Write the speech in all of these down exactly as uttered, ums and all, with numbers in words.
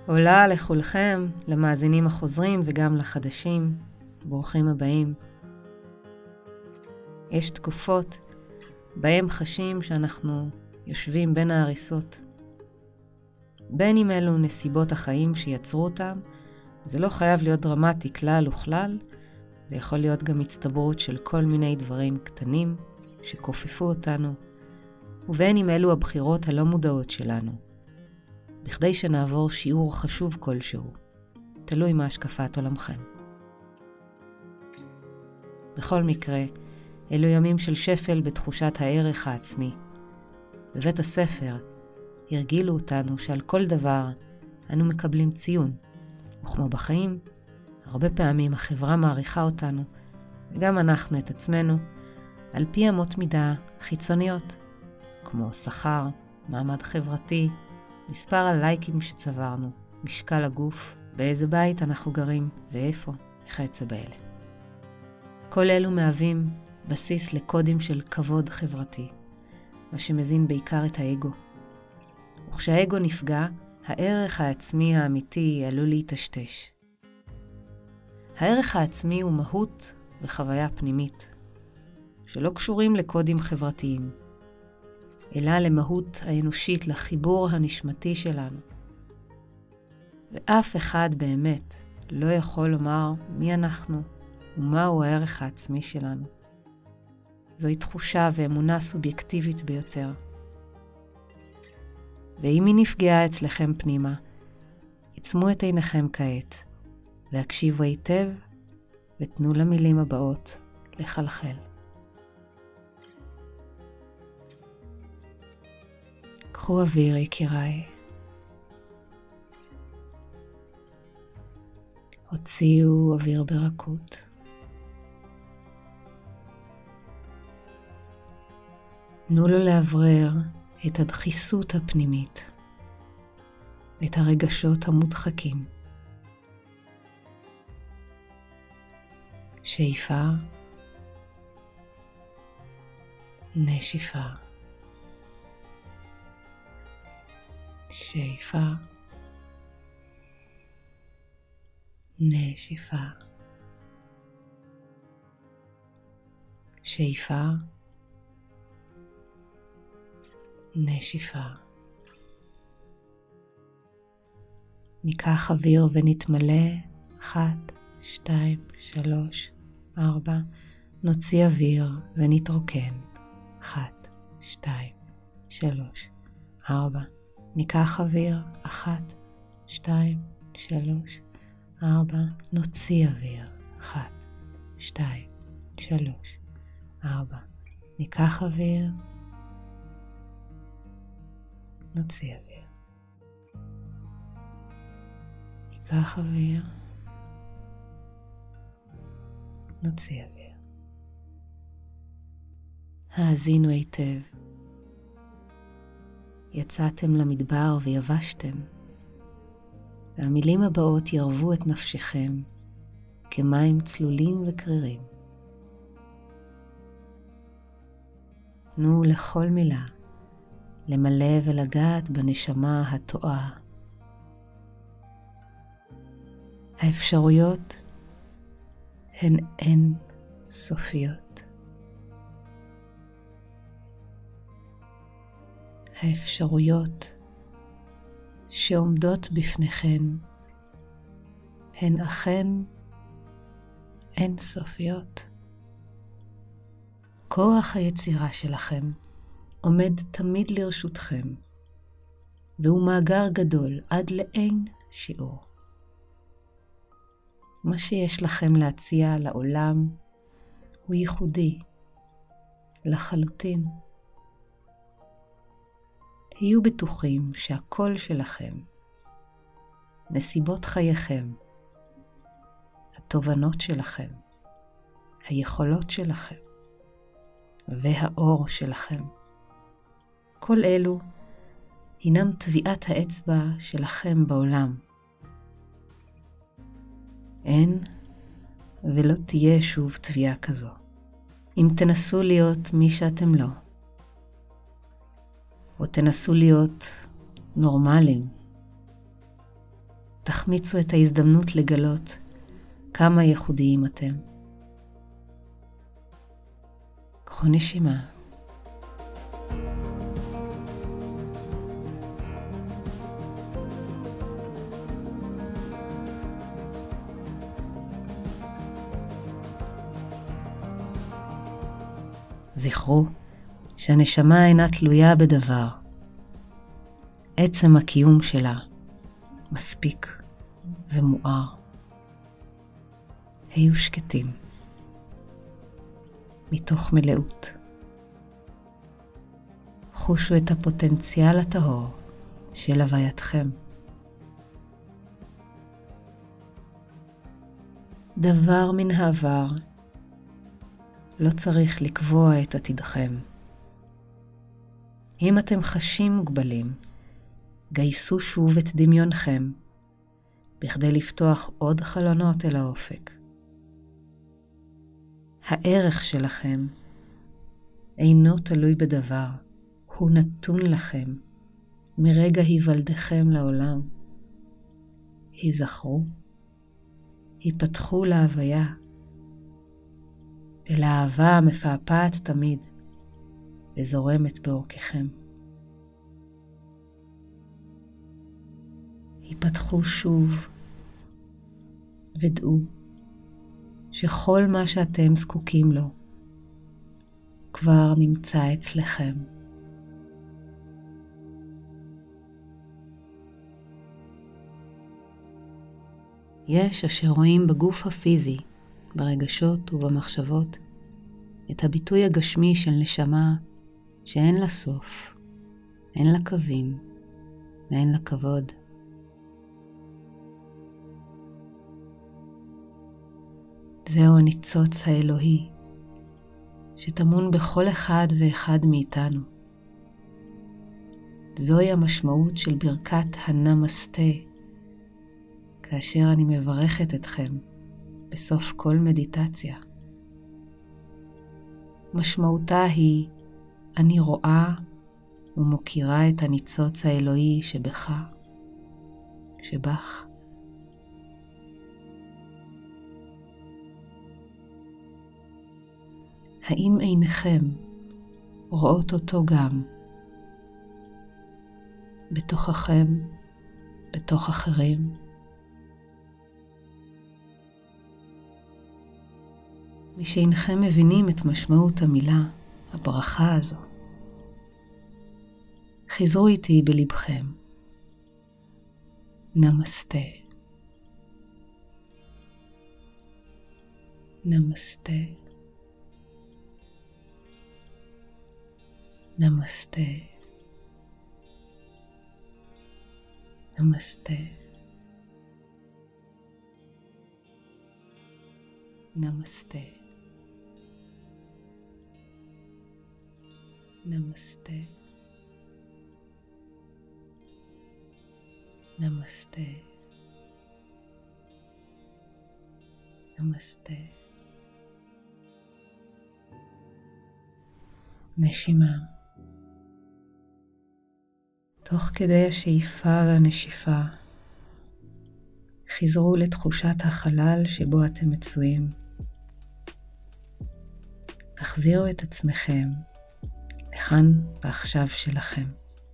עולה לכולכם, למאזינים החוזרים וגם לחדשים, ברוכים הבאים. יש תקופות בהם חשים שאנחנו יושבים בין ההריסות. בין אם אלו נסיבות החיים שיצרו אותם, זה לא חייב להיות דרמטי כלל וכלל, זה יכול להיות גם הצטברות של כל מיני דברים קטנים שכופפו אותנו, ובין אם אלו הבחירות הלא מודעות שלנו. בכדי שנעבור שיעור חשוב כלשהו, תלוי מה השקפת עולמכם. בכל מקרה, אלו ימים של שפל בתחושת הערך העצמי. בבית הספר הרגילו אותנו שעל כל דבר אנו מקבלים ציון, וכמו בחיים, הרבה פעמים החברה מעריכה אותנו, וגם אנחנו את עצמנו, על פי אמות מידה חיצוניות, כמו שכר, מעמד חברתי, מספר הלייקים שצברנו, משקל הגוף, באיזה בית אנחנו גרים ואיפה, וכיוצא באלה. כל אלו מהווים בסיס לקודים של כבוד חברתי, מה שמזין בעיקר את האגו. וכשהאגו נפגע, הערך העצמי האמיתי עלול להיטשטש. הערך העצמי הוא מהות וחוויה פנימית, שלא קשורים לקודים חברתיים, אלא למהות האנושית, לחיבור הנשמתי שלנו. ואף אחד באמת לא יכול לומר מי אנחנו ומהו הערך העצמי שלנו. זוהי תחושה ואמונה סובייקטיבית ביותר. ואם היא נפגעה אצלכם פנימה, עצמו את עיניכם כעת, והקשיבו היטב ותנו למילים הבאות לחלחל. קחו אוויר יקיריי. הוציאו אוויר ברכות. תנו לו לאוורר את הדחיסות הפנימית, את הרגשות המודחקים. שאיפה, נשיפה. שאיפה, נשיפה. שאיפה, נשיפה. ניקח אוויר ונתמלא. אחת, שתיים, שלוש, ארבע. נוציא אוויר ונתרוקן. אחת, שתיים, שלוש, ארבע. ניקח אוויר. אחת, שתיים, שלוש, ארבע. נוציא אוויר. אחת, שתיים, שלוש, ארבע. ניקח אוויר. נוציא אוויר. ניקח אוויר. נוציא אוויר. האזינו היטב. יצאתם למדבר ויבשתם, והמילים הבאות ירבו את נפשכם כמים צלולים וקרירים. תנו לכל מילה למלא ולגעת בנשמה הטועה. האפשרויות הן אין סופיות. האפשרויות שעומדות בפניכן הן אכן אין סופיות. כוח היצירה שלכם עומד תמיד לרשותכם, והוא מאגר גדול עד לאין שיעור. מה שיש לכם להציע לעולם הוא ייחודי, לחלוטין. היו בטוחים שהקול שלכם, נסיבות חייכם, התובנות שלכם, היכולות שלכם והאור שלכם, כל אלו הינם טביעת האצבע שלכם בעולם. אין ולא תהיה שוב טביעה כזו. אם תנסו להיות מי שאתם לא, או תנסו להיות נורמליים, תחמיצו את ההזדמנות לגלות כמה ייחודיים אתם. קחו נשימה. זכרו שהנשמה אינה תלויה בדבר. עצם הקיום שלה מספיק ומואר. היו שקטים מתוך מלאות. חושו את הפוטנציאל הטהור של הווייתכם. דבר מן העבר לא צריך לקבוע את עתידכם. אם אתם חשים מוגבלים, גייסו שוב את דמיונכם בכדי לפתוח עוד חלונות אל האופק. הערך שלכם אינו תלוי בדבר, הוא נתון לכם מרגע היוולדכם לעולם. היזכרו, היפתחו להוויה, אל האהבה המפעפעת תמיד וזורמת באורככם. היפתחו שוב ודעו שכל מה שאתם זקוקים לו כבר נמצא אצלכם. יש אשר רואים בגוף הפיזי, ברגשות ובמחשבות, את הביטוי הגשמי של נשמה שאין לה סוף, אין לה קווים ואין לה כבוד. זהו הניצוץ האלוהי שטמון בכל אחד ואחד מאיתנו. זוהי המשמעות של ברכת הנמסטה, כאשר אני מברכת אתכם בסוף כל מדיטציה. משמעותה היא, אני רואה ומוקירה את הניצוץ האלוהי שבך, שבך. האם עיניכם רואות אותו גם בתוככם, בתוך אחרים? משאינכם מבינים את משמעות המילה, הברכה הזו, חזרו איתי בלבכם. נמסטה. נמסטה. נמסטה. נמסטה. נמסטה. נמסטה. נמסטה. נמסטה. נשימה. תוך כדי השאיפה והנשיפה, חזרו לתחושת החלל שבו אתם מצויים. תחזירו את עצמכם לכאן ועכשיו שלכם.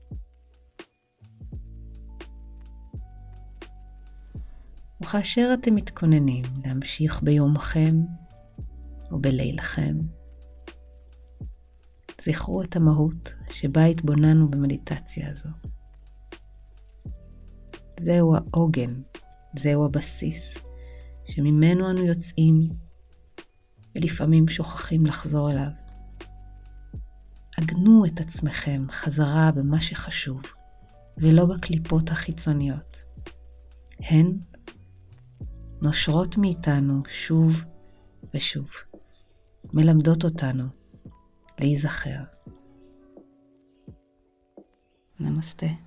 וכאשר אתם מתכוננים להמשיך ביומכם או בלילכם, זכרו את המהות שבה התבוננו במדיטציה הזו. זהו העוגן, זהו הבסיס, שממנו אנו יוצאים ולפעמים שוכחים לחזור אליו. עגנו את עצמכם חזרה במה שחשוב, ולא בקליפות החיצוניות. הן נושרות מאיתנו שוב ושוב, מלמדות אותנו להיזכר. נמסטה.